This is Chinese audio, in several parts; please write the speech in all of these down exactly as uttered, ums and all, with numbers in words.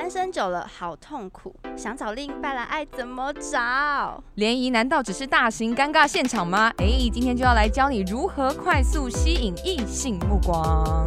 单身久了好痛苦，想找另一半来爱怎么找？ 联谊难道只是大型尴尬现场吗？哎，今天就要来教你如何快速吸引异性目光。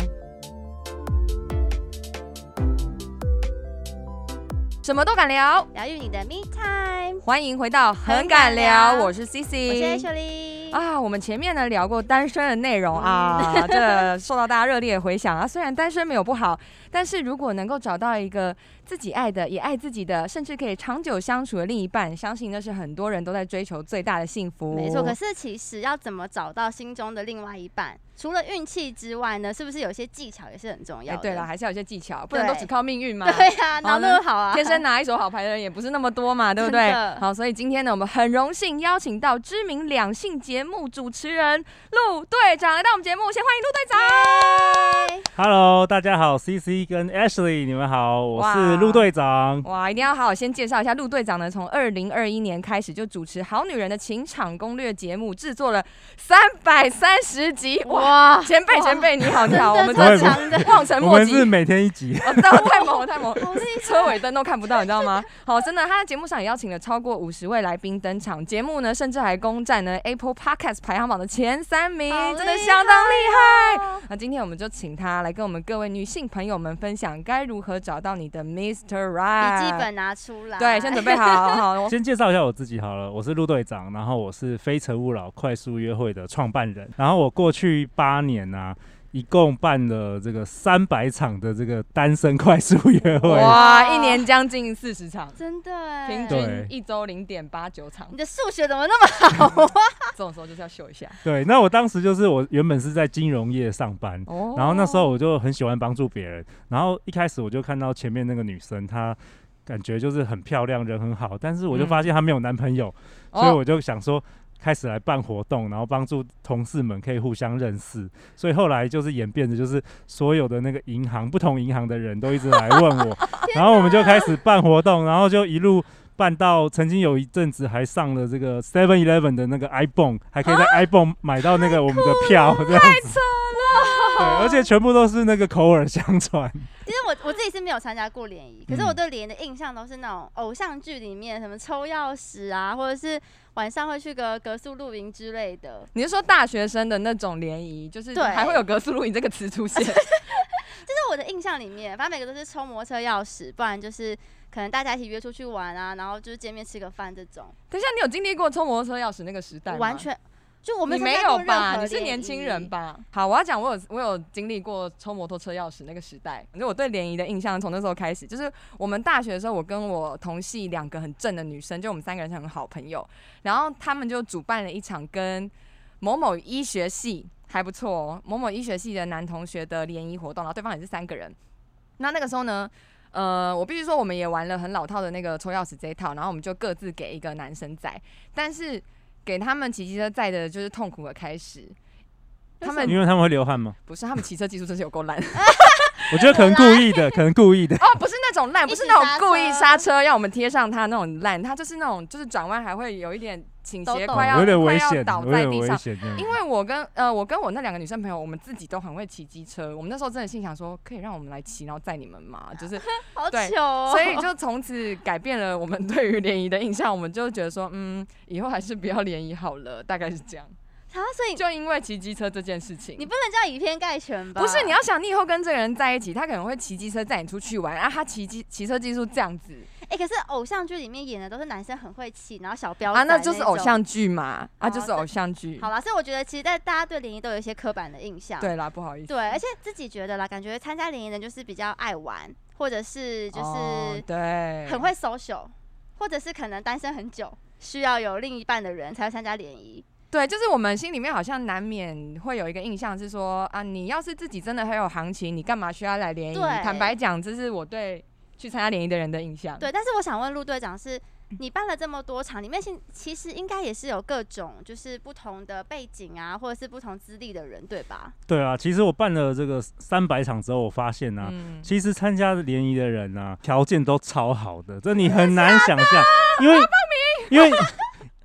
什么都敢聊， 疗愈你的 me time。 欢迎回到很敢聊，我是 C C， 我是 Ashley。 啊，我们前面呢聊过单身的内容啊，这受到大家热烈的回响啊。虽然单身没有不好，但是如果能够找到一个自己爱的，也爱自己的，甚至可以长久相处的另一半，相信那是很多人都在追求最大的幸福。 没错，可是其实要怎么找到心中的另外一半？除了运气之外呢，是不是有些技巧也是很重要的？ 欸、对了，还是要有些技巧，不能都只靠命运嘛。 对呀、啊，哪那么好啊？ 天生拿一手好牌的人也不是那么多嘛，对不对？好，所以今天呢，我们很荣幸邀请到知名两性节目主持人陆队长来到我们节目，先欢迎陆队长。 Hello， 大家好 ，C C 跟 Ashley， 你们好，我是陆队长。 哇，一定要好好先介绍一下陆队长呢。从二零二一年开始就主持《好女人的情场攻略》节目，制作了三百三十集。哇，前辈前辈你好你好，我们超强的， 望尘莫及。 我们是每天一集， 哦，太猛了太猛了，车尾灯都看不到，你知道吗？好，真的，他在节目上也邀请了超过五十位来宾登场，节目呢甚至还攻占了 Apple Podcast 排行榜的前三名，真的相当厉害。那今天我们就请他来跟我们各位女性朋友们分享该如何找到你的 mister Right。 笔记本拿出来， 对，先准备好。好， 先介绍一下我自己好了，我是陆队长，然后我是非诚勿扰快速约会的创办人，然后我过去八年啊。一共办了这个三百场的这个单身快速约会， 哇，一年将近四十场， 真的哎， 平均一周零点八九场。 你的数学怎么那么好啊？ 这种时候就是要秀一下。 对，那我当时就是我原本是在金融业上班，哦、然后那时候我就很喜欢帮助别人，然后一开始我就看到前面那个女生，她感觉就是很漂亮，人很好，但是我就发现她没有男朋友，嗯、所以我就想说。开始来办活动，然后帮助同事们可以互相认识，所以后来就是演变的，就是所有的那个银行不同银行的人都一直来问我，然后我们就开始办活动，然后就一路办到曾经有一阵子还上了这个 seven eleven 的那个 iPhone， 还可以在 iPhone 买到那个我们的票，这样子。 太扯了！ 对，而且全部都是那个口耳相传。 其实我我自己是没有参加过联谊，可是我对联谊的印象都是那种偶像剧里面什么抽钥匙啊，或者是晚上会去个格宿露营之类的。 你是说大学生的那种联谊，就是还会有格宿露营这个词出现？ 就是我的印象里面，反正每个都是抽摩托车钥匙，不然就是可能大家一起约出去玩啊，然后就是见面吃个饭这种。 等一下，你有经历过抽摩托车钥匙那个时代吗？ 完全。就我们你没有吧？你是年轻人吧？好，我要讲，我有我有经历过抽摩托车钥匙那个时代。就我对联谊的印象从那时候开始，就是我们大学的时候，我跟我同系两个很正的女生，就我们三个人是很好朋友，然后他们就主办了一场跟某某医学系还不错哦，某某医学系的男同学的联谊活动，然后对方也是三个人。那那个时候呢？呃，我必须说，我们也玩了很老套的那个抽钥匙这一套，然后我们就各自给一个男生载，但是。给他们骑机车载的就是痛苦的开始， 他们因为他们会流汗吗？ 不是，他们骑车技术真是有够烂。 我觉得可能故意的，可能故意的。 哦，不是那种烂，不是那种故意刹车要我们贴上他那种烂，他就是那种就是转弯还会有一点倾斜，快要有点危险， 倒在地上。 因为我跟呃我跟我那两个女生朋友，我们自己都很会骑机车，我们那时候真的心想说，可以让我们来骑，然后载你们吗？就是好糗哦。 所以就从此改变了我们对于联谊的印象，我们就觉得说，嗯，以后还是不要联谊好了，大概是这样。 啊，所以就因为骑机车这件事情， 你不能这样以偏概全吧？ 不是，你要想，你以后跟这个人在一起，他可能会骑机车载你出去玩，啊，他骑机骑车技术这样子。 哎、欸，可是偶像剧里面演的都是男生很会骑，然后小彪啊，那就是偶像剧嘛，啊，就是偶像剧。 好啦，所以我觉得其实在大家对联谊都有一些刻板的印象。 对啦，不好意思。 对，而且自己觉得啦，感觉参加联谊的人就是比较爱玩，或者是就是对很会 social， 或者是可能单身很久，需要有另一半的人才会参加联谊。 对，就是我们心里面好像难免会有一个印象是说啊，你要是自己真的很有行情，你干嘛需要来联谊？坦白讲，这是我对去参加联谊的人的印象。 对，但是我想问陆队长是，你办了这么多场，里面其实应该也是有各种就是不同的背景啊，或者是不同资历的人，对吧？ 对啊，其实我办了这个三百场之后，我发现啊，嗯、其实参加联谊的人啊，条件都超好的，这你很难想象，因为因为。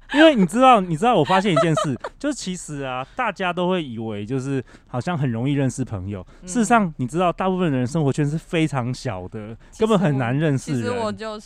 因为你知道，你知道，我发现一件事，就是其实啊，大家都会以为就是好像很容易认识朋友，嗯、事实上，你知道，大部分人生活圈是非常小的，根本很难认识人。 其实我就是，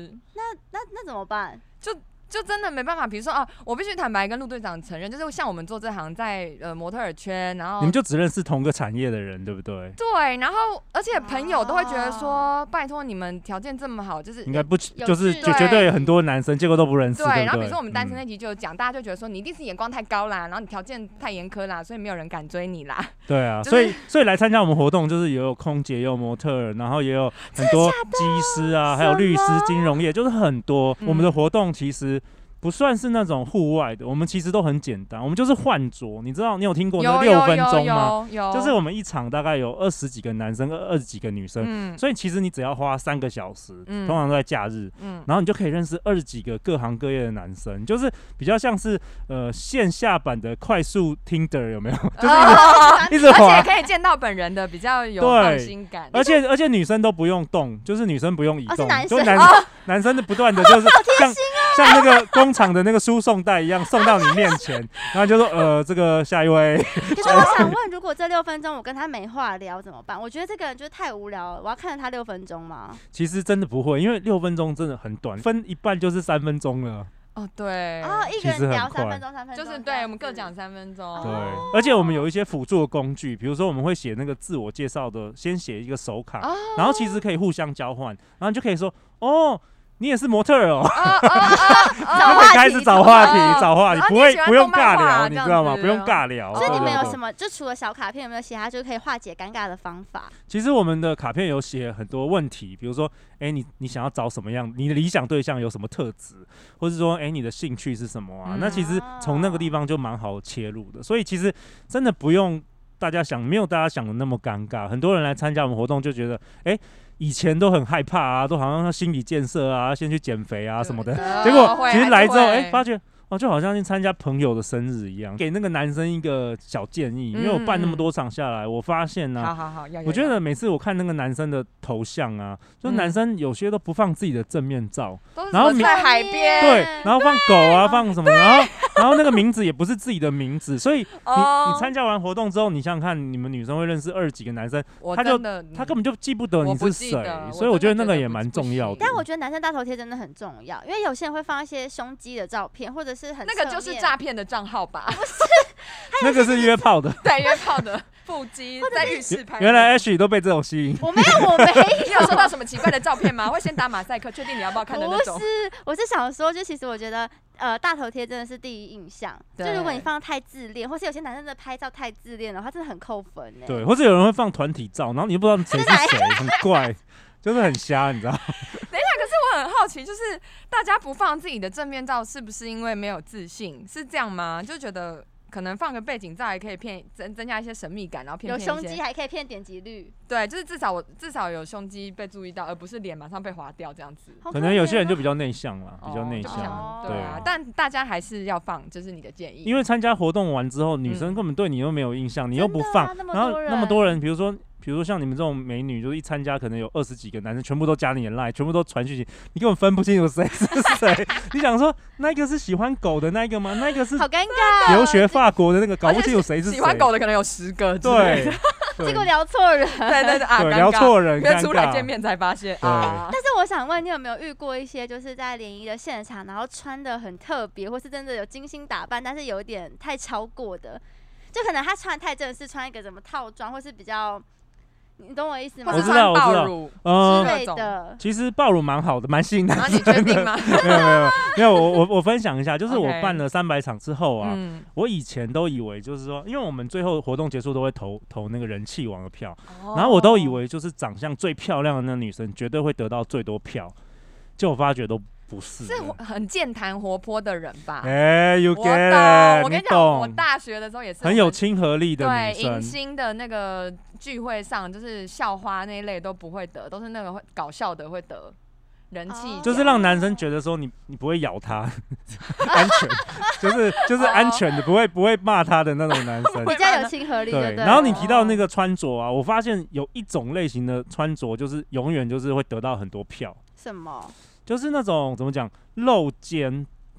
那那那怎么办？ 就。就真的没办法，比如说啊，我必须坦白跟陆队长承认，就是像我们做这行在，在呃模特儿圈，然后你们就只认识同个产业的人，对不对？ 对，然后而且朋友都会觉得说，哦、拜托你们条件这么好，就是应该不就是就绝对有很多男生，结果都不认识， 对, 对, 对。 然后比如说我们单身那集就有讲、嗯，大家就觉得说你一定是眼光太高啦，然后你条件太严苛啦，所以没有人敢追你啦。 对啊，就是、所以所以来参加我们活动，就是也有空姐，也有模特儿，然后也有很多技师啊，还有律师、金融业，就是很多。嗯、我们的活动其实。不算是那种户外的，我们其实都很简单，我们就是换桌。你知道，你有听过那六分钟吗？ 有有有有就是我们一场大概有二十几个男生，二十几个女生、嗯，所以其实你只要花三个小时，嗯、通常都在假日、嗯，然后你就可以认识二十几个各行各业的男生，就是比较像是呃线下版的快速 Tinder 有没有？就是一直、哦、一直滑， 而且可以见到本人的，比较有放心感。 而且而且女生都不用动，就是女生不用移动， 哦、男就男、哦、男生的不断的就是像。像那个工厂的那个输送带一样送到你面前，然后就说呃，这个下一位。 可是我想问，如果这六分钟我跟他没话聊怎么办？我觉得这个人就太无聊了，我要看着他六分钟吗？ 其实真的不会，因为六分钟真的很短，分一半就是三分钟了。 哦，对， 哦，一个人聊三分钟，三分钟， 就是对，我们各讲三分钟。 对，而且我们有一些辅助的工具，比如说我们会写那个自我介绍的，先写一个手卡，哦、然后其实可以互相交换，然后你就可以说哦。你也是模特儿哦，就会开始找话题，找话题，不会不用尬聊，你知道吗？不用尬聊。 所以你们有什么？就除了小卡片，有没有其他就可以化解尴尬的方法？ 其实我们的卡片有写很多问题，比如说，哎、欸，你你想要找什么样？你的理想对象有什么特质？或是说，哎、欸，你的兴趣是什么啊？嗯、那其实从那个地方就蛮好切入的。所以其实真的不用大家想，没有大家想的那么尴尬。很多人来参加我们活动就觉得，哎、欸。以前都很害怕啊，都好像心理建设啊，先去减肥啊什么的。结果其实来之后，哎、欸，发觉哦，就好像去参加朋友的生日一样。给那个男生一个小建议，因为我办那么多场下来，我发现呢、啊， 好好好， 我觉得每次我看那个男生的头像啊，就男生有些都不放自己的正面照， 嗯、 然后在海边， 对，然后放狗啊，放什么，然后然后那个名字也不是自己的名字，所以你、哦、你参加完活动之后，你想想看，你们女生会认识二十几个男生，他就他根本就记不得你是谁，所以我觉得那个也蛮重要的。 但我觉得男生大头贴真的很重要，因为有些人会放一些胸肌的照片，或者是很那个就是诈骗的账号吧？ 不是， 那个是约炮的， 对，约炮的腹肌在浴室拍。 原来 Ashley 都被这种吸引。 我没有，我没有。 你有收到什么奇怪的照片吗？会先打马赛克，确定你要不要看的那种？ 不是，我是想说，就其实我觉得。呃，大头贴真的是第一印象。就如果你放太自恋，或是有些男生的拍照太自恋的话，真的很扣分哎。 对，或者有人会放团体照，然后你又不知道谁是谁，很怪，就是很瞎，你知道？ 等一下，可是我很好奇，就是大家不放自己的正面照，是不是因为没有自信？是这样吗？就觉得。可能放个背景照还可以骗增增加一些神秘感，然后骗骗一些有胸肌还可以骗点击率。 对，就是至少我至少有胸肌被注意到，而不是脸马上被滑掉这样子。 可, 可能有些人就比较内向啦，比较内向、 哦。对啊，但大家还是要放，这是你的建议。 因为参加活动完之后，女生根本对你又没有印象，嗯、你又不放， 啊、 然后那么多人，比如说。比如说像你们这种美女，就是一参加可能有二十几个男生，全部都加你的 line， 全部都传讯息，你根本分不清楚谁是谁。你想说那个是喜欢狗的那个吗？那个是好尴尬， 留学法国的那个，搞不清楚谁是谁。 喜欢狗的可能有十个， 对， 结果聊错人， 对对对啊， 对聊错人， 约出来见面才发现啊。 但是我想问，你有没有遇过一些就是在联谊的现场，然后穿的很特别，或是真的有精心打扮，但是有点太超过的，就可能他穿太正式，穿一个什么套装，或是比较。你懂我意思吗？ 我知道，我知道， 嗯，之类的。 其实暴乳蛮好的，蛮吸引男生的。 你确定吗？ 没有没有没有，我我我分享一下，就是我办了三百场之后啊， okay. 嗯、我以前都以为就是说，因为我们最后活动结束都会投投那个人气王的票，哦、然后我都以为就是长相最漂亮的那女生绝对会得到最多票，结果发觉都。不是， 是很健谈活泼的人吧？ 哎、欸、，You get it， 我跟你讲，我大学的时候也是很有亲和力的女生。 对，迎新的那个聚会上，就是校花那一类都不会得，都是那个会搞笑的会得人气、哦， 就是让男生觉得说你你不会咬他，安全，就是就是安全的，不会不会骂他的那种男生， 比较有亲和力。对， 然后你提到那个穿着啊，我发现有一种类型的穿着，就是永远就是会得到很多票。 什么？ 就是那种怎么讲露肩，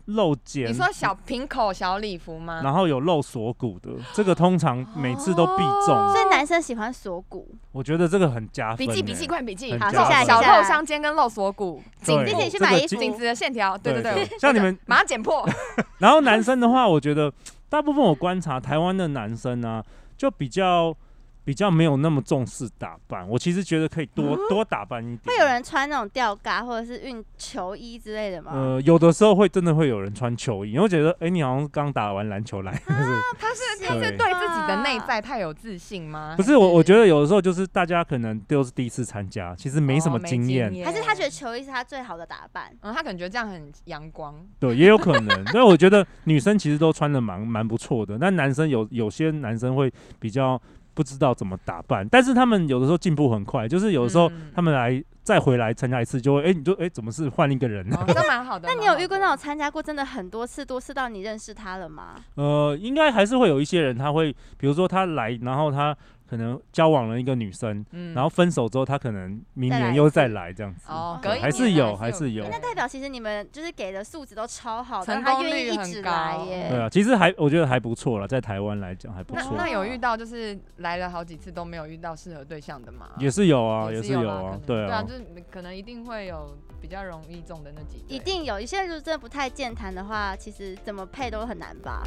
露肩， 你说小平口小礼服吗？ 然后有露锁骨的，这个通常每次都必中。 所以男生喜欢锁骨， 我觉得这个很加分、欸。 笔记笔记快笔记， 好， 下来小露香肩跟露锁骨， 紧自己去买衣服， 颈子的线条，对对对， 对像你们马上剪破。 然后男生的话，我觉得大部分我观察台湾的男生啊，就比较。比较没有那么重视打扮，我其实觉得可以多、嗯、多打扮一点。 会有人穿那种吊嘎或者是运球衣之类的吗？ 呃，有的时候会真的会有人穿球衣，因为觉得，哎、欸，你好像刚打完篮球来。啊、 他是他是对自己的内在太有自信吗？ 不是我，我觉得有的时候就是大家可能都是第一次参加，其实没什么经验、 哦，还是他觉得球衣是他最好的打扮？ 嗯，他可能觉得这样很阳光。 对，也有可能。所以我觉得女生其实都穿的蛮蛮不错的，但男生有有些男生会比较。不知道怎么打扮，但是他们有的时候进步很快，就是有的时候他们来、嗯、再回来参加一次，就会哎、欸，你就哎、欸，怎么是换一个人呢？ 这蛮好的。 那你有遇过那种参加过真的很多次，多次到你认识他了吗？ 呃，应该还是会有一些人，他会比如说他来，然后他可能交往了一个女生，嗯、然后分手之后，他可能明年又再来这样子。 哦， 对，还是有，还是有。 那代表其实你们就是给的素质都超好， 成功率很高耶。 对啊，其实还我觉得还不错了，在台湾来讲还不错。 那, 那有遇到就是来了好几次都没有遇到适合对象的吗？ 也是有啊，也是有啊，对啊。 对啊，就是可能一定会有比较容易中的那几对。 一定有一些就是真的不太健谈的话，其实怎么配都很难吧。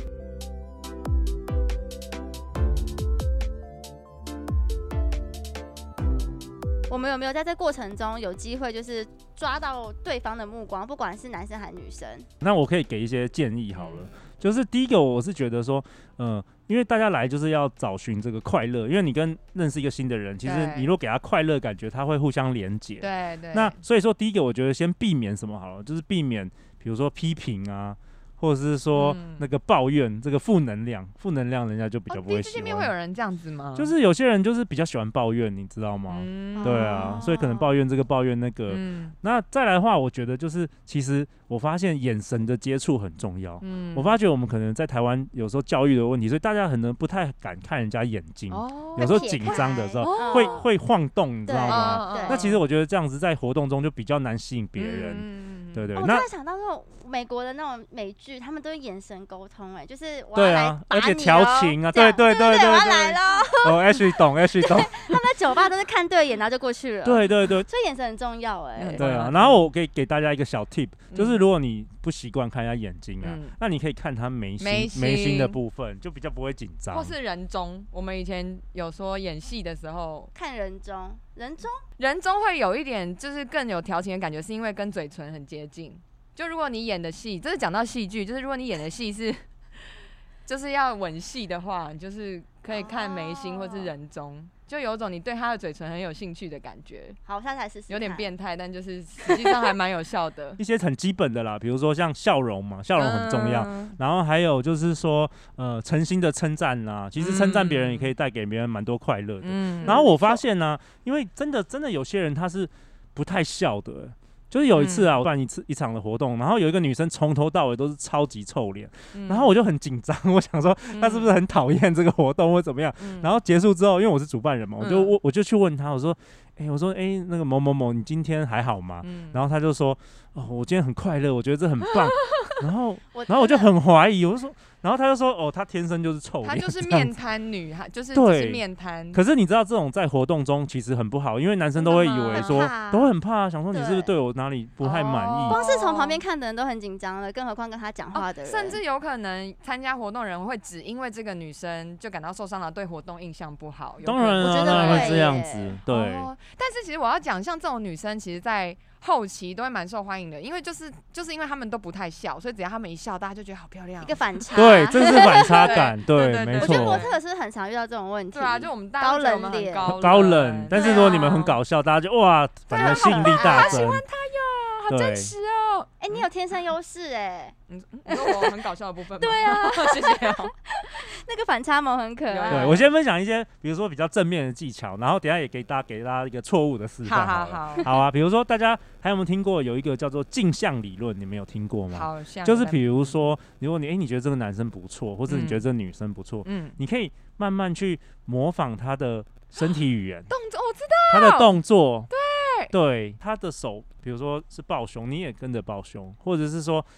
我们有没有在这过程中有机会，就是抓到对方的目光，不管是男生还是女生？ 那我可以给一些建议好了，嗯、就是第一个，我是觉得说，呃，因为大家来就是要找寻这个快乐，因为你跟认识一个新的人，其实你如果给他快乐感觉，他会互相连结。 对对。 那所以说，第一个我觉得先避免什么好了，就是避免比如说批评啊。或者是说那个抱怨，嗯、这个负能量，负能量人家就比较不会喜欢。第一次见面会有人这样子吗？ 就是有些人就是比较喜欢抱怨，你知道吗？嗯、对啊，所以可能抱怨这个抱怨那个。嗯、那再来的话，我觉得就是其实我发现眼神的接触很重要。嗯、我发觉我们可能在台湾有时候教育的问题，所以大家可能不太敢看人家眼睛，哦、有时候紧张的时候、哦、会会晃动，你知道吗？那其实我觉得这样子在活动中就比较难吸引别人。嗯对对， 哦、我突然想到那种美国的那种美剧，他们都是眼神沟通，哎，就是我要来打你、哦、 而且调情啊，对对对对对， 我要来了。 哦 ，Ashley 懂 ，Ashley 懂。 他们在酒吧都是看对眼，然后就过去了。 对对对， 所以眼神很重要，哎。 对啊，然后我可以给大家一个小 tip，、嗯、就是如果你不习惯看人家眼睛啊，嗯、那你可以看他眉心眉心的部分，就比较不会紧张。 或是人中，我们以前有说演戏的时候看人中，人中人中会有一点就是更有调情的感觉，是因为跟嘴唇很接近。就如果你演的戏，这是讲到戏剧，就是如果你演的戏是就是要吻戏的话，你就是可以看眉心或是人中， oh. 就有种你对他的嘴唇很有兴趣的感觉。 好，我下次来试试。 有点变态，但就是实际上还蛮有效的。 一些很基本的啦，比如说像笑容嘛，笑容很重要。嗯、然后还有就是说，呃，诚心的称赞啦，其实称赞别人也可以带给别人蛮多快乐的。嗯、然后我发现呢、啊，因为真的真的有些人他是不太笑的、欸。就是有一次啊，我办一次一场的活动，然后有一个女生从头到尾都是超级臭脸，嗯、然后我就很紧张，我想说她是不是很讨厌这个活动或怎么样？嗯、然后结束之后，因为我是主办人嘛，我就我我就去问她，我说，哎、欸，我说，哎、欸，那个某某某，你今天还好吗？嗯、然后她就说，哦，我今天很快乐，我觉得这很棒。然后，然后我就很怀疑，我就说，然后他就说，哦，他天生就是臭脸， 他就是面瘫女，就是就是面瘫。 可是你知道这种在活动中其实很不好，因为男生都会以为说，都会很怕，想说你是不是对我哪里不太满意？ 光是从旁边看的人都很紧张了，更何况跟他讲话的人、 哦。甚至有可能参加活动人会只因为这个女生就感到受伤了，对活动印象不好。 当然了， 我觉得当然会这样子，对、 哦。但是其实我要讲，像这种女生，其实在后期都会蛮受欢迎的，因为就是就是因为他们都不太笑，所以只要他们一笑，大家就觉得好漂亮， 一个反差。 对，这是反差感，对，对，没错。 我觉得模特是很常遇到这种问题。 对啊，就我们大家觉得我们很高冷， 高冷，但是如果你们很搞笑，大家就哇，反正吸引力大增。 好喜欢他哟，好真实哦。 哎、欸，你有天生优势哎。 你你说我很搞笑的部分吗？ 对啊， 谢谢哦。 那个反差萌很可爱。 对，我先分享一些，比如说比较正面的技巧，然后等一下也给大家给大家一个错误的示范。 好好好， 好啊。比如说大家还有没有听过有一个叫做镜像理论？你们有听过吗？ 好像就是比如说，如果你哎、欸、你觉得这个男生不错，或者你觉得这个女生不错，嗯，你可以慢慢去模仿他的身体语言动作，我知道他的动作， 对对，他的手，比如说是抱胸，你也跟着抱胸，或者是说。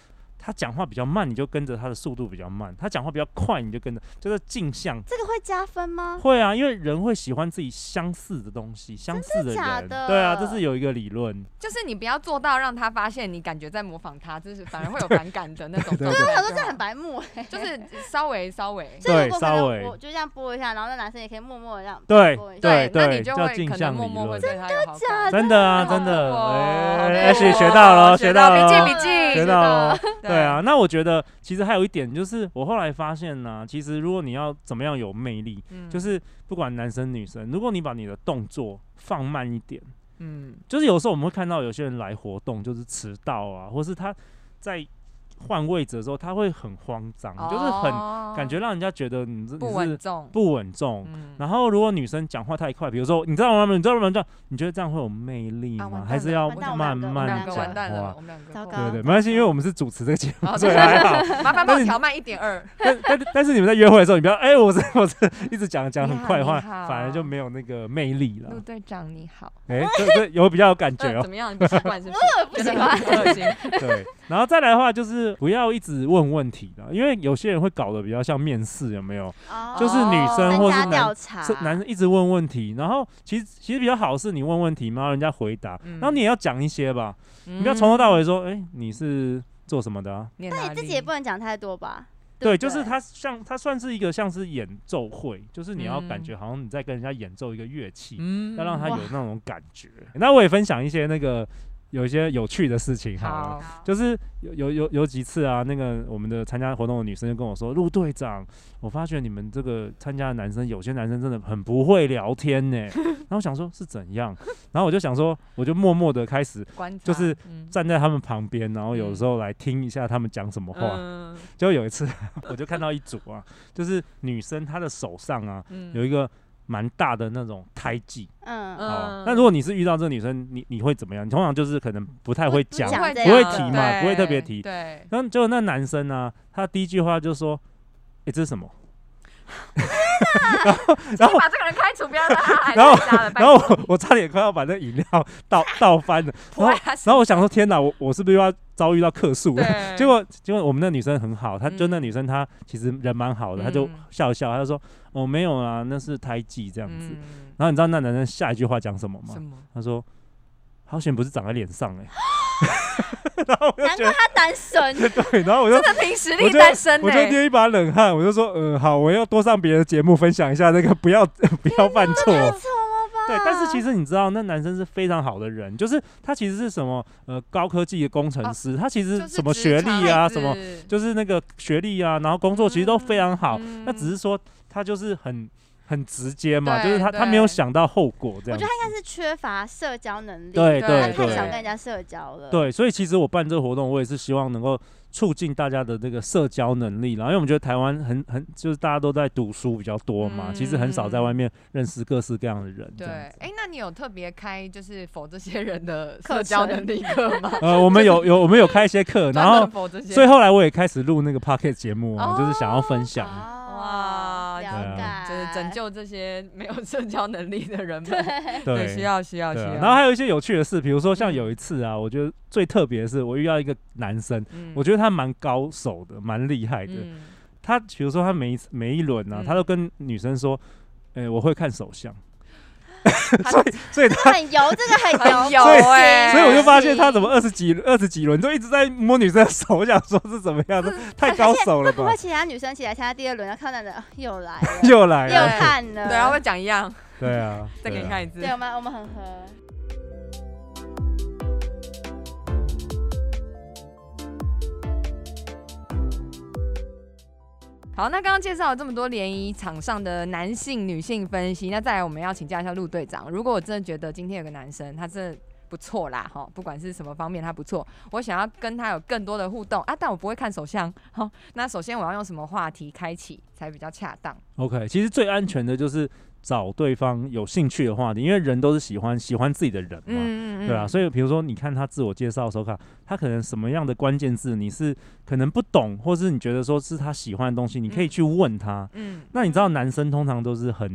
他讲话比较慢，你就跟着他的速度比较慢；他讲话比较快，你就跟着，就是镜像。 这个会加分吗？ 会啊，因为人会喜欢自己相似的东西，相似的人。 真的假的？ 对啊，这是有一个理论， 就是你不要做到让他发现你感觉在模仿他，就是反而会有反感的那种。 对， 我想说这很白目哎， 就是稍微稍微。 对，稍微。 我就这样播一下，然后那男生也可以默默的这样对播一下。 对对， 那你就会可能默默会对他有好感。 真的啊，真的。哎，学学到了，学到了， 笔记笔记， 学到了。对啊，那我觉得其实还有一点就是，我后来发现呢、啊，其实如果你要怎么样有魅力，嗯、就是不管男生女生，如果你把你的动作放慢一点，嗯，就是有时候我们会看到有些人来活动就是迟到啊，或是他在换位置的时候，他会很慌张，哦、就是很感觉让人家觉得你是不稳重， 不稳重。嗯、然后如果女生讲话太快，比如说你知道吗？你知道吗？你觉得这样会有魅力吗？啊、还是要慢慢讲话？对对，没关系，因为我们是主持这个节目，所以还好。 麻烦帮我调慢一点二。 但但但是你们在约会的时候，你不要哎、欸，我是我是一直讲讲很快的话，反而就没有那个魅力了。 陆队长你好， 哎、欸，这这有比较有感觉哦、喔。 怎么样？你不习惯是不是？ 我不喜欢， 恶心。 对，然后再来的话就是不要一直问问题的，因为有些人会搞得比较像面试，有没有？哦、就是女生或是男是男生一直问问题，然后其实其实比较好的是你问问题，然后人家回答，嗯、然后你也要讲一些吧，嗯、你不要从头到尾说，哎、欸，你是做什么的啊？ 但你自己也不能讲太多吧？ 对，就是它像它算是一个像是演奏会，就是你要感觉好像你在跟人家演奏一个乐器，嗯、要让他有那种感觉。那我也分享一些那个。有一些有趣的事情好了，好就是有有有有几次啊，那个我们的参加活动的女生就跟我说，陆队长，我发觉你们这个参加的男生，有些男生真的很不会聊天呢。然后我想说是怎样，然后我就想说，我就默默的开始，就是站在他们旁边，然后有时候来听一下他们讲什么话。嗯、就有一次，我就看到一组啊，就是女生她的手上啊、嗯、有一个。蛮大的那种胎记，嗯嗯，那如果你是遇到这个女生，你你会怎么样？你通常就是可能不太会讲，不, 不会提嘛，不会特别提。对，然后结果那男生呢、啊，他第一句话就说：“哎、欸，这是什么？” 然后，然后把这个人开除，不要让他还然后，然后我我差点快要把那饮料倒倒翻了。然后，然后我想说，天哪，我我是不是又要遭遇到客诉了？结果，结果我们那女生很好，她就那女生她其实人蛮好的，她就笑一笑，她就说：“哦，没有啦，那是胎记这样子。嗯”然后你知道那男生下一句话讲什么吗？什么？他说：“好险不是长在脸上哎、欸。”然后我就觉得难怪他单身， 对，然后我就真的凭实力单身、欸、 我就捏一把冷汗，我就说，嗯，好，我要多上别的节目分享一下那个不要不要犯错。对，但是其实你知道，那男生是非常好的人，就是他其实是什么呃高科技的工程师，哦、他其实什么学历啊，什么就是那个学历啊，然后工作其实都非常好，嗯、那只是说他就是很。很直接嘛，就是他他没有想到后果这样。 我觉得他应该是缺乏社交能力， 对对对， 他太想跟人家社交了。 对，所以其实我办这个活动，我也是希望能够促进大家的这个社交能力啦。因为我们觉得台湾很很就是大家都在读书比较多嘛，嗯、其实很少在外面认识各式各样的人。 对，哎、欸，那你有特别开就是否这些人的社交能力课吗？ 呃，我们有有我们有开一些课，然后所以后来我也开始录那个 podcast 节目啊，哦、就是想要分享。 哇， 了解， 就是拯救这些没有社交能力的人们。 对， 对，需要需要需要。 然后还有一些有趣的事，比如说像有一次啊，我觉得最特别的是，我遇到一个男生，嗯、我觉得他蛮高手的，蛮厉害的。嗯、他比如说他每一每一轮啊，嗯、他都跟女生说：“哎、欸，我会看手相。”所以，所以他很油，这个很油哎、欸， 所以我就发现他怎么二十几、二十几轮都一直在摸女生的手，我想说是怎么样的，太高手了吧？ 会不会其他女生起来参加第二轮，要看男的又来了， 又来了， 又看了， 对，然后会讲一样， 对啊， 再给你看一次， 对，我们我们很合。 好，那刚刚介绍了这么多联谊场上的男性、女性分析，那再来我们要请教一下陆队长，如果我真的觉得今天有个男生他真的不错啦，不管是什么方面他不错，我想要跟他有更多的互动啊，但我不会看手相，那首先我要用什么话题开启才比较恰当 ？OK， 其实最安全的就是找对方有兴趣的话题，因为人都是喜欢喜欢自己的人嘛，嗯嗯嗯对啊，所以比如说你看他自我介绍的时候，看他可能什么样的关键字你是可能不懂，或是你觉得说是他喜欢的东西，你可以去问他。嗯，那你知道男生通常都是很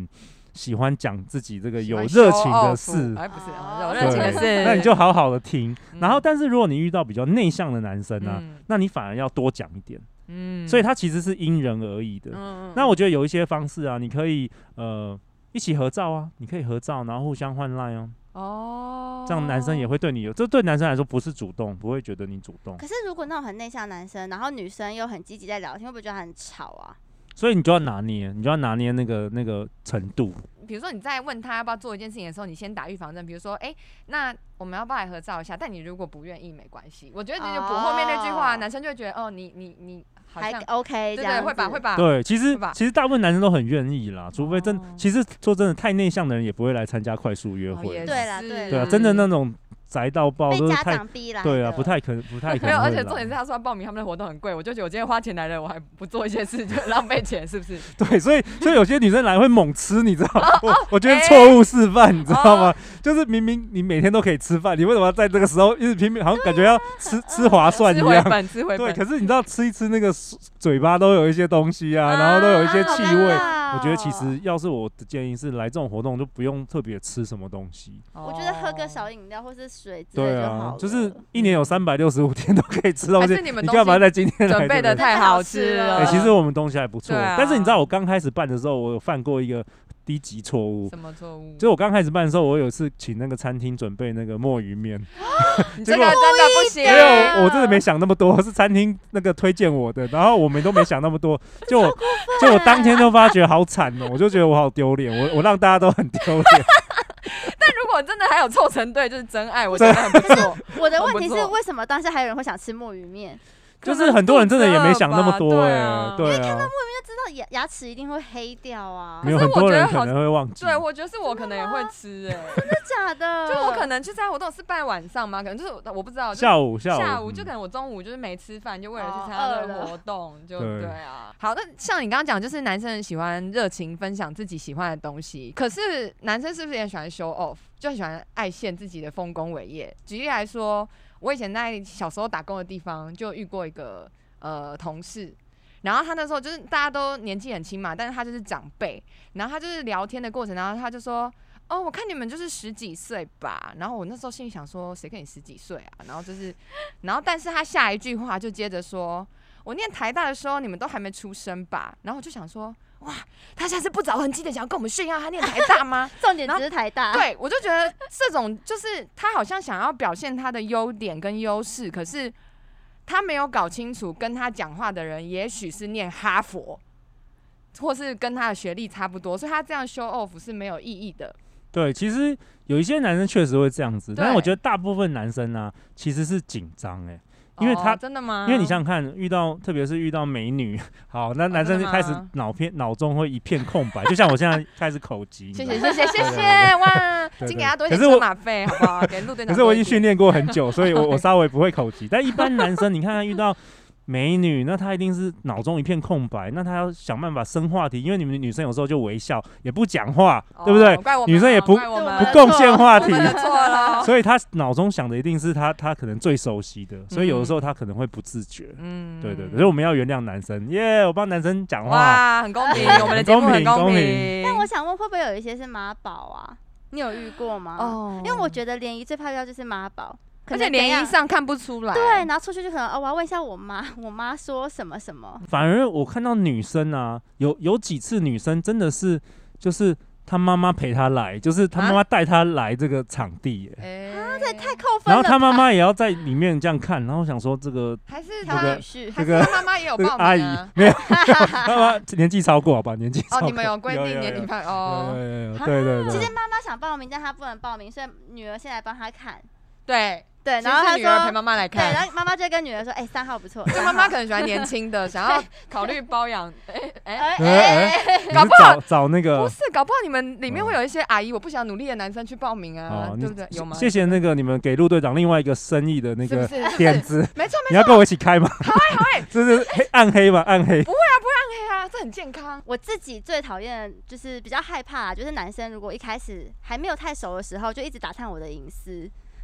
喜欢讲自己这个有热情的事， 哎，不是有热情的事， 那你就好好的听。然后，但是如果你遇到比较内向的男生啊， 嗯、 那你反而要多讲一点。 嗯， 所以它其实是因人而异的。嗯、那我觉得有一些方式啊，你可以呃一起合照啊，你可以合照，然后互相换 line 哦。哦，这样男生也会对你有，这对男生来说不是主动，不会觉得你主动。 可是如果那种很内向的男生，然后女生又很积极在聊天，会不会觉得他很吵啊？ 所以你就要拿捏，你就要拿捏那个那个程度。 比如说你在问他要不要做一件事情的时候，你先打预防针。比如说，哎、欸，那我们要不要来合照一下？但你如果不愿意，没关系。我觉得你就补后面那句话，哦、男生就会觉得，哦，你你你好像还 OK， 对对，会把会把。 对，其实其实大部分男生都很愿意啦，除非真，哦、其实说真的，太内向的人也不会来参加快速约会。 哦、对啦，对啦， 对啊，真的那种。宅到爆都是太被家长逼来的， 对啊，不太可能，不太可能。 没有，而且重点是他说报名他们的活动很贵，我就觉得我今天花钱来了，我还不做一些事，就浪费钱，是不是？ 对，所以所以有些女生来会猛吃，你知道吗？我我觉得错误示范，你知道吗？就是明明你每天都可以吃饭，你为什么要在这个时候一直拼命，好像感觉要吃吃划算一样？ 吃回本，吃回本。 对，可是你知道吃一吃那个嘴巴都有一些东西啊，然后都有一些气味。我觉得其实要是我的建议是来这种活动就不用特别吃什么东西。 我觉得喝个小饮料或是水之类就好了。 对啊，就是一年有三百六十五天都可以吃东西， 你干嘛在今天来准备的太好吃了？ 哎、欸，其实我们东西还不错， 啊、 但是你知道我刚开始办的时候，我有犯过一个低级错误。 什么错误？ 就我刚开始办的时候，我有一次请那个餐厅准备那个墨鱼面， 你这个真的不行。 没有，我真的没想那么多，是餐厅那个推荐我的，然后我们都没想那么多，就我就我当天就发觉好惨哦、喔，我就觉得我好丢脸，我我让大家都很丢脸。 但如果真的还有凑成队，就是真爱，我觉得很不错。 我的问题是，为什么当时还有人会想吃墨鱼面？ 就是很多人真的也没想那么多哎、欸，对啊， 因为看到墨鱼面就知道牙牙齿一定会黑掉啊。 没有，很多人可能会忘记。 对，我觉得是我可能也会吃哎、欸， 真的假的？ 就我可能去参加活动是办晚上吗？可能就是我不知道。 下午下午下午就可能我中午就是没吃饭，就为了去参加这个活动，哦、就对啊。好，那像你刚刚讲，就是男生喜欢热情分享自己喜欢的东西，可是男生是不是也喜欢 show off， 就很喜欢爱现自己的丰功伟业？举例来说，我以前在小时候打工的地方就遇过一个。呃，同事，然后他那时候就是大家都年纪很轻嘛，但是他就是长辈，然后他就是聊天的过程，然后他就说，哦，我看你们就是十几岁吧，然后我那时候心里想说，谁跟你十几岁啊？然后就是，然后但是他下一句话就接着说，我念台大的时候你们都还没出生吧？然后我就想说，哇，他现在是不着痕迹的想要跟我们炫耀他念台大吗？ 重点只是台大。 对，我就觉得这种就是他好像想要表现他的优点跟优势，可是。他没有搞清楚，跟他讲话的人也许是念哈佛，或是跟他的学历差不多，所以他这样 show off 是没有意义的。 对，其实有一些男生确实会这样子，但是我觉得大部分男生呢、啊，其实是紧张哎。因为他、 哦、真的吗？ 因为你想想看，遇到特别是遇到美女，好，那男生就开始脑片脑中会一片空白，就像我现在开始口急。 谢谢谢谢谢谢哇，请给他多一点车马费好不好？给陆队长。 可是我已经训练过很久，所以我我稍微不会口急。但一般男生，你看他遇到美女，那他一定是脑中一片空白，那他要想办法生话题，因为你们女生有时候就微笑，也不讲话， 哦、 对不对？女生也不不贡献话题，所以他脑中想的一定是他他可能最熟悉的，所以有的时候他可能会不自觉。嗯，对对对，所以我们要原谅男生，耶、yeah, ！我帮男生讲话， 哇，很公平，我们的节目很公平。 但我想问，会不会有一些是妈宝啊？你有遇过吗？哦，因为我觉得联谊最怕遇到就是妈宝。 而且联谊上看不出来， 对，然后出去就可能哦，我要问一下我妈，我妈说什么什么。 反而我看到女生啊，有有几次女生真的是，就是她妈妈陪她来，就是她妈妈带她来这个场地耶， 欸、啊，这也太扣分了。 然后她妈妈也要在里面这样看，然后想说这个还是这个这个她妈妈也有报名、啊， 阿姨没有，妈妈年纪超过好吧，年纪超过。 哦，你们有规定年龄判哦， 对对对。 其实妈妈想报名，但她不能报名，所以女儿先来帮她看。 对。 对，然后他说陪妈妈来看， 对，然后妈妈就跟女儿说：“哎、欸，三号不错。” 因为妈妈可能喜欢年轻的，想要考虑包养。哎哎哎，搞不好找那个不是，搞不好你们里面会有一些阿姨，我不想努力的男生去报名啊，对不对？有吗？ 谢谢那个你们给陆队长另外一个生意的那个点子， 没错没错， 你要跟我一起开吗？ 好哎好哎， 这是黑暗黑吧？暗黑？ 不会啊不会暗黑啊，这很健康。 我自己最讨厌就是比较害怕，就是男生如果一开始还没有太熟的时候，就一直打探我的隐私。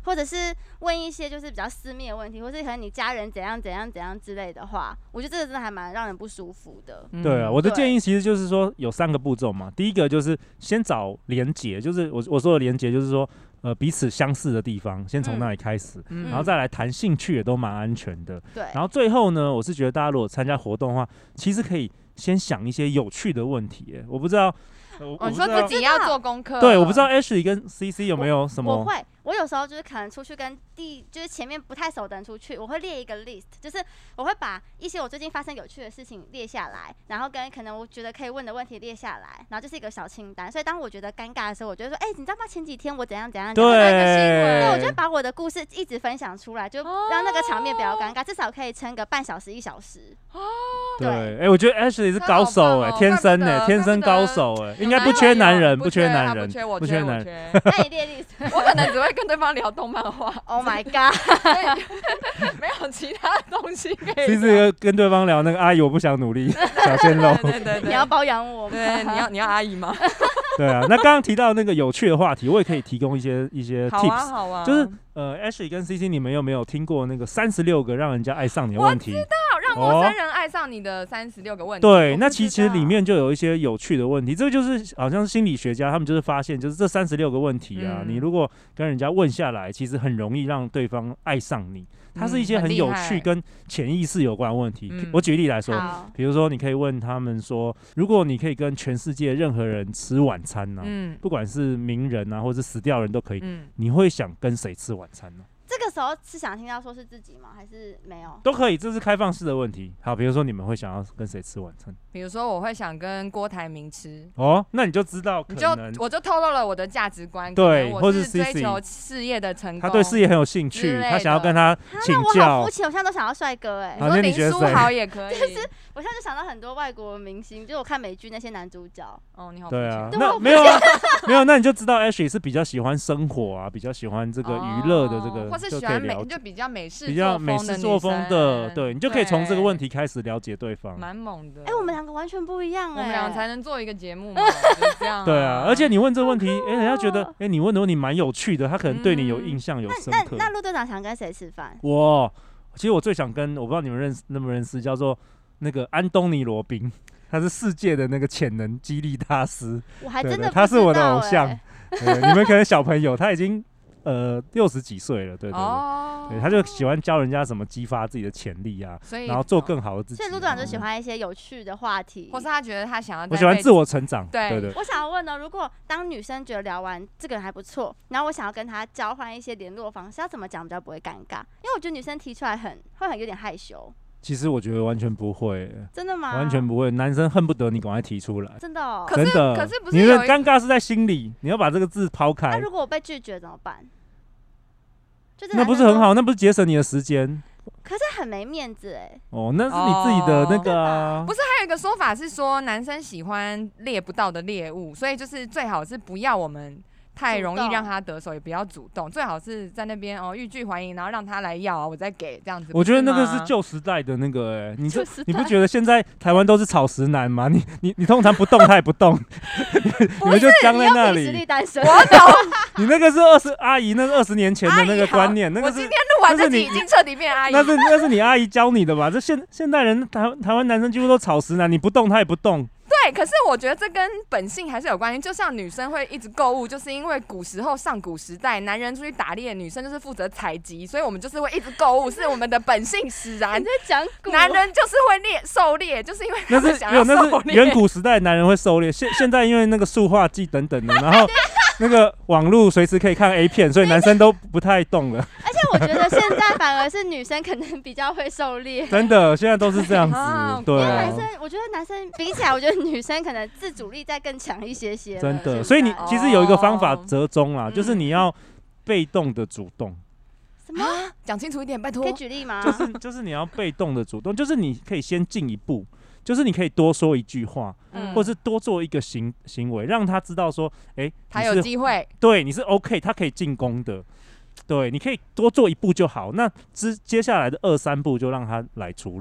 或者是问一些就是比较私密的问题，或是可能你家人怎样怎样怎样之类的话，我觉得这个真的还蛮让人不舒服的。 嗯、对啊，我的建议其实就是说有三个步骤嘛。第一个就是先找连结，就是我我说的连结就是说。呃，彼此相似的地方，先从那里开始，嗯、然后再来谈兴趣，也都蛮安全的。 对。 然后最后呢，我是觉得大家如果参加活动的话，其实可以先想一些有趣的问题。我不知道， 我哦、你说自己要做功课。 对，我不知道 Ashley 跟 C C 有没有什么？ 我, 我会，我有时候就是可能出去跟第就是前面不太熟的人出去，我会列一个 list， 就是我会把一些我最近发生有趣的事情列下来，然后跟可能我觉得可以问的问题列下来，然后就是一个小清单。所以当我觉得尴尬的时候，我就会说，哎、欸，你知道吗？前几天我怎样怎样讲到一个新闻，对，我就会把我的故事一直分享出来，就让那个场面比较尴尬，至少可以撑个半小时一小时。哦， 对，哎、欸，我觉得 Ashley 是高手哎、欸，天生哎、欸，天生高手哎、欸，应该不缺男人，不缺男人， 不缺男人。 那你列 list， 我可能只会跟对方聊动漫画。 Oh my god！ 没有其他东西可以。 其实跟对方聊那个阿姨，我不想努力，小鲜肉。 对对 对, 对， 你要包养我吗？ 对，你要你要阿姨吗？ 对啊，那刚刚提到那个有趣的话题，我也可以提供一些一些 tips， 好啊好啊， 就是呃 ，Ashley 跟 C C， 你们有没有听过那个三十六个让人家爱上你的问题？ 我知道，让陌生人爱上你的三十六个问题。 对，那其实里面就有一些有趣的问题，这个就是好像是心理学家他们就是发现，就是这三十六个问题啊，嗯、你如果跟人家问下来，其实很容易让对方爱上你。它是一些很有趣跟潜意识有关的问题。嗯、我举例来说，比如说你可以问他们说，如果你可以跟全世界任何人吃晚餐呢、啊，嗯、不管是名人啊，或者死掉人都可以，嗯、你会想跟谁吃晚餐呢？ 这个时候是想听到说是自己吗？还是没有？ 都可以，这是开放式的问题。好，比如说你们会想要跟谁吃晚餐？ 比如说我会想跟郭台铭吃。 哦，那你就知道可能， 你就我就透露了我的价值观， 对， 或是追求事业的成功。 他对事业很有兴趣，他想要跟他请教。 啊、我好肤浅，我现在都想要帅哥哎、欸。 我说林书豪也可以。 就是我现在就想到很多外国明星，就是我看美剧那些男主角。 哦，你好。 对啊，那没有啊，没有，那你就知道 Ashley 是比较喜欢生活啊，比较喜欢这个娱乐的这个， 哦、或是喜欢美就比较美式比较美式作风的，对，你就可以从这个问题开始了解对方。 蛮猛的。 哎、欸，我们两个完全不一样哎、欸， 我们两个才能做一个节目嘛，就是这样、啊。 对啊，而且你问这个问题，哎、欸，人家觉得，哎、欸，你问的问题蛮有趣的，他可能对你有印象、嗯、有深刻。 那那陆队长想跟谁吃饭？ 我其实我最想跟，我不知道你们认识认不认识，叫做那个安东尼罗宾，他是世界的那个潜能激励大师。 我还真的不知道、欸、 他是我的偶像。你们可能小朋友，他已经。呃，六十几岁了，对对对，哦、对，他就喜欢教人家怎么激发自己的潜力啊，然后做更好的自己、啊。 所以陆队长就喜欢一些有趣的话题， 或是他觉得他想要。 我喜欢自我成长， 对对, 对对。 我想要问呢，如果当女生觉得聊完这个人还不错，然后我想要跟他交换一些联络方式，要怎么讲比较不会尴尬？因为我觉得女生提出来很会很有点害羞。 其实我觉得完全不会， 真的吗？ 完全不会，男生恨不得你赶快提出来， 真的、哦。 真的， 可是不是你的尴尬是在心里，你要把这个字抛开。 那、啊、如果我被拒绝怎么办？ 那不是很好？那不是节省你的时间？ 可是很没面子哎、欸。 哦，那是你自己的那个啊。 不是，还有一个说法是说，男生喜欢猎不到的猎物，所以就是最好是不要我们太容易让他得手，也不要主动，最好是在那边哦欲拒还迎，然后让他来要啊，我再给这样子。 我觉得那个是旧时代的那个、欸，你你不觉得现在台湾都是草食男吗？你你你通常不动他也不动，你们就僵在那里。 实力单身， 我懂。 你那个是二十阿姨，那是二十年前的那个观念，那个是。 我今天录完这集已经彻底变阿姨。 那是那是你阿姨教你的吧？这现现代人台台湾男生几乎都草食男，你不动他也不动。 对，可是我觉得这跟本性还是有关系。就像女生会一直购物，就是因为古时候上古时代，男人出去打猎，女生就是负责采集，所以我们就是会一直购物，是我们的本性使然。 你在讲古， 男人就是会猎狩猎，就是因为他们想要狩猎。 那是远古时代男人会狩猎，现现在因为那个塑化剂等等的，然后那个网络随时可以看 A 片，所以男生都不太动了。 而且我觉得现在反而是女生可能比较会狩猎。 真的，现在都是这样子。对， 因为男生，我觉得男生比起来，我觉得女生可能自主力再更强一些些。 真的，所以你其实有一个方法折中啦，就是你要被动的主动。 什么？ 讲清楚一点，拜托。 可以举例吗？ 就是就是你要被动的主动，就是你可以先进一步。就是你可以多说一句话，嗯、或是多做一个行行为，让他知道说，哎、欸， 他有机会， 对，你是 OK， 他可以进攻的，对，你可以多做一步就好。那接接下来的二三步就让他来处理。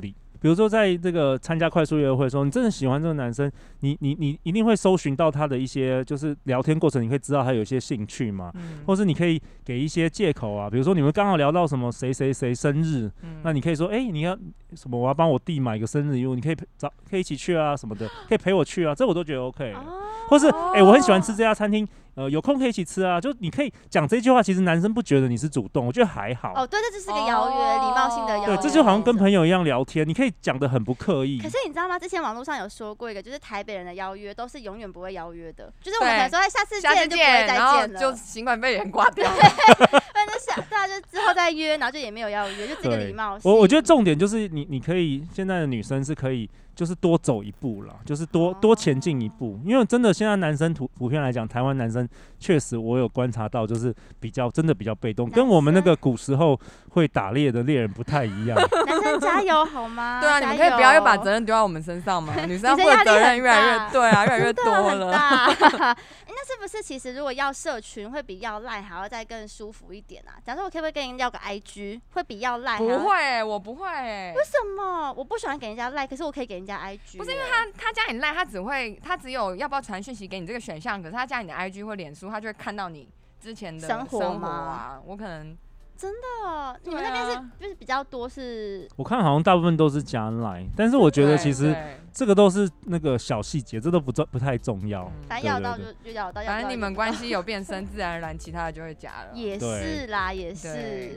比如说在这个参加快速约会的时候，你真的喜欢这个男生，你你你一定会搜寻到他的一些就是聊天过程，你可以知道他有一些兴趣嘛，嗯、或是你可以给一些借口啊，比如说你们刚好聊到什么谁谁谁生日，嗯、那你可以说，哎、欸，你要什么？我要帮我弟买个生日礼物，你可以找可以一起去啊什么的，可以陪我去啊，这我都觉得 OK、哦。或是哎、欸，我很喜欢吃这家餐厅。呃，有空可以一起吃啊，就你可以讲这句话，其实男生不觉得你是主动，我觉得还好。 哦，对，这就是个邀约，礼、哦、貌性的邀约。 对，这就好像跟朋友一样聊天，你可以讲得很不刻意。 可是你知道吗？之前网络上有说过一个，就是台北人的邀约都是永远不会邀约的，就是我们可能说哎下次见就不会再见了， 然后就新冠肺炎挂掉了。 反正是对啊，就之后再约，然后就也没有邀约，就这个礼貌性。 我我觉得重点就是你你可以现在的女生是可以。就是多走一步啦，就是多多前进一步，因为真的现在男生普普遍来讲，台湾男生确实我有观察到，就是比较真的比较被动，跟我们那个古时候会打猎的猎人不太一样。 男生加油好吗？ 对啊，你们可以不要又把责任丢在我们身上嘛，女生负的责任越来越对啊，越来越多了。 欸、那是不是其实如果要社群会比要赖还要再更舒服一点啊？假如说我可不可以跟人要个 I G， 会比要赖？ 不会、欸，我不会、欸。 为什么？我不喜欢给人家赖，可是我可以给人家 I G。 不是因为他他加你赖，他只会他只有要不要传讯息给你这个选项，可是他加你的 I G 或脸书，他就会看到你之前的生活啊。我可能真的、哦，你们那边是就是比较多是？ 我看好像大部分都是加 line， 但是我觉得其实这个都是那个小细节，这都不不太重要。 嗯、反正要到就就要到， 反正你们关系有变深，自然而然其他的就会加了。 也是啦，也是。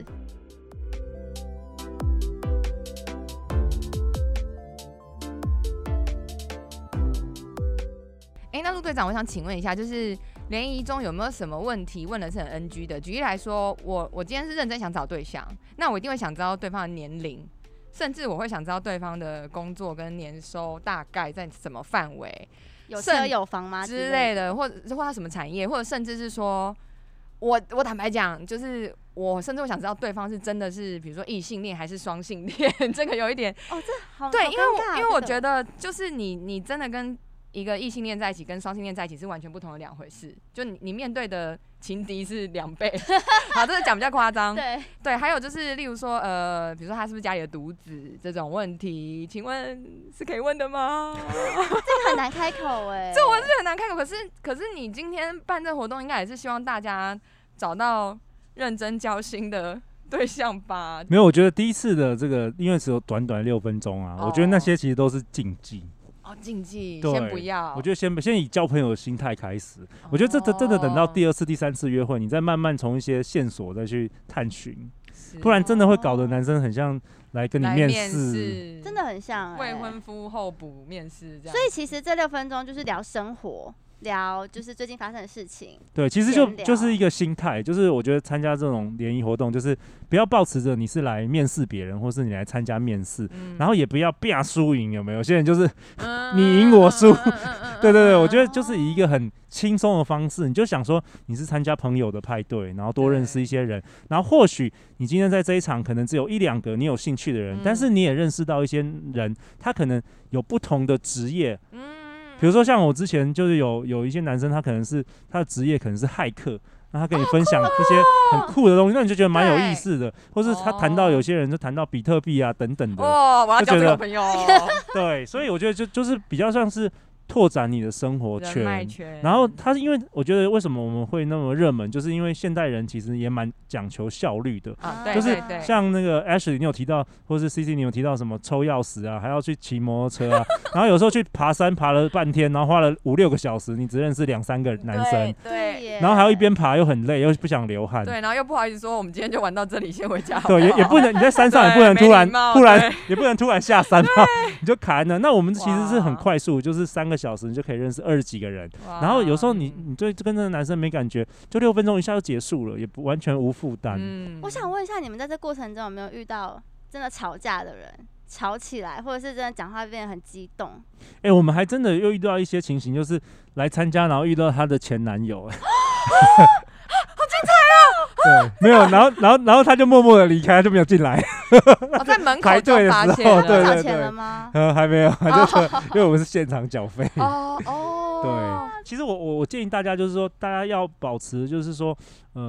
哎、欸，那陆队长，我想请问一下，就是联谊中有没有什么问题问的是很 N G 的？举例来说，我我今天是认真想找对象，那我一定会想知道对方的年龄，甚至我会想知道对方的工作跟年收大概在什么范围， 有车有房吗之类的，或者或他什么产业，或者甚至是说，我我坦白讲，就是我甚至会想知道对方是真的是比如说异性恋还是双性恋，这个有一点哦，这好对， 好因为我、 这个、 因为我觉得就是你你真的跟一个异性恋在一起跟双性恋在一起是完全不同的两回事，就 你, 你面对的情敌是两倍。好，这个讲比较夸张。 对对，还有就是例如说呃，比如说他是不是家里的独子这种问题，请问是可以问的吗？ 这个很难开口哎、欸， 这我是很难开口。可是可是你今天办这活动，应该也是希望大家找到认真交心的对象吧？ 没有，我觉得第一次的这个，因为只有短短六分钟啊， oh. 我觉得那些其实都是禁忌。 哦，禁忌，先不要。 我觉得先先以交朋友的心态开始。哦、我觉得这真的等到第二次、第三次约会，你再慢慢从一些线索再去探寻，不然真的会搞得男生很像来跟你面试， 真的很像、欸、 未婚夫候补面试这样。 所以其实这六分钟就是聊生活。聊就是最近发生的事情， 对，其实就就是一个心态，就是我觉得参加这种联谊活动，就是不要抱持着你是来面试别人，或是你来参加面试、嗯，然后也不要啪输赢，有没有？有些人就是、嗯、你赢我输，嗯嗯、对对对，我觉得就是以一个很轻松的方式，你就想说你是参加朋友的派对，然后多认识一些人，然后或许你今天在这一场可能只有一两个你有兴趣的人、嗯，但是你也认识到一些人，他可能有不同的职业。嗯，比如说像我之前就是有有一些男生，他可能是他的职业可能是骇客，那他跟你分享一些很酷的东西，那你就觉得蛮有意思的，或是他谈到有些人就谈到比特币啊等等的， 哦，我要交这个朋友， 对，所以我觉得就就是比较像是拓展你的生活圈， 圈然后他因为我觉得为什么我们会那么热门，就是因为现代人其实也蛮讲求效率的、 啊、 就是像那个 Ashley 你有提到，或是 C C 你有提到什么抽钥匙啊，还要去骑摩托车啊，然后有时候去爬山爬了半天，然后花了五六个小时，你只认识两三个男生， 对， 然后还要一边爬又很累，又不想流汗， 对，然后又不好意思说我们今天就玩到这里，先回家好不好， 对，也也不能你在山上也不能突然突然也不能突然下山嘛，你就卡在那。那我们其实是很快速，就是三个小时你就可以认识二十几个人，然后有时候你你对跟这个男生没感觉，就六分钟一下就结束了，也不完全无负担。 嗯，我想问一下，你们在这过程中有没有遇到真的吵架的人，吵起来，或者是真的讲话变得很激动？ 哎、欸，我们还真的又遇到一些情形，就是来参加，然后遇到他的前男友，哎， 好精彩哦！ 对，没有，然后然后然后他就默默的离开，就没有进来。 我、哦、在门口排队的时候，对对对， 缴钱了吗？ 呃，还没有，还就、oh. 因为我们是现场缴费。 哦哦， 对，其实我我我建议大家就是说，大家要保持就是说，呃，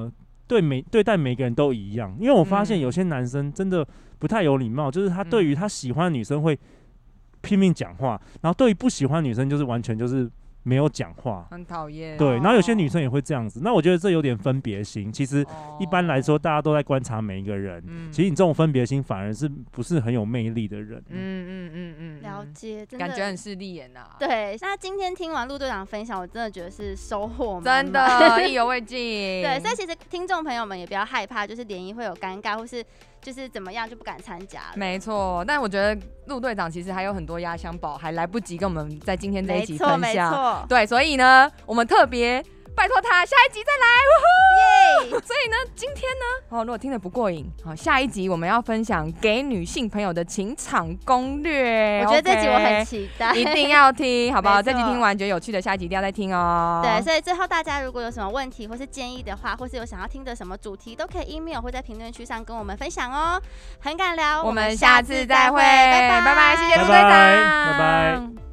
对每对待每个人都一样，因为我发现有些男生真的不太有礼貌，就是他对于他喜欢的女生会拼命讲话，然后对于不喜欢的女生就是完全就是没有讲话， 很讨厌。 对，然后有些女生也会这样子，那我觉得这有点分别心。其实一般来说，大家都在观察每一个人，嗯、其实你这种分别心反而是不是很有魅力的人。 嗯嗯嗯嗯， 了解，真的感觉很势利眼呐、啊。 对，那今天听完陆队长分享，我真的觉得是收获满满， 真的意犹未尽。 对，所以其实听众朋友们也不要害怕，就是联谊会有尴尬，或是就是怎么样就不敢参加了。 没错，但我觉得陆队长其实还有很多压箱宝，还来不及跟我们在今天这一集分享。 没错，没错。 对，所以呢，我们特别拜托他下一集再来，耶！所以呢，今天呢，哦，如果听得不过瘾，好，下一集我们要分享给女性朋友的情场攻略。 我觉得这集我很期待， 一定要听，好不好？这集听完觉得有趣的，下一集一定要再听哦。 对，所以最后大家如果有什么问题或是建议的话，或是有想要听的什么主题，都可以 email 或在评论区上跟我们分享哦。很敢聊， 我们下次再会， 拜拜， 拜拜，谢谢陆队长， 拜拜。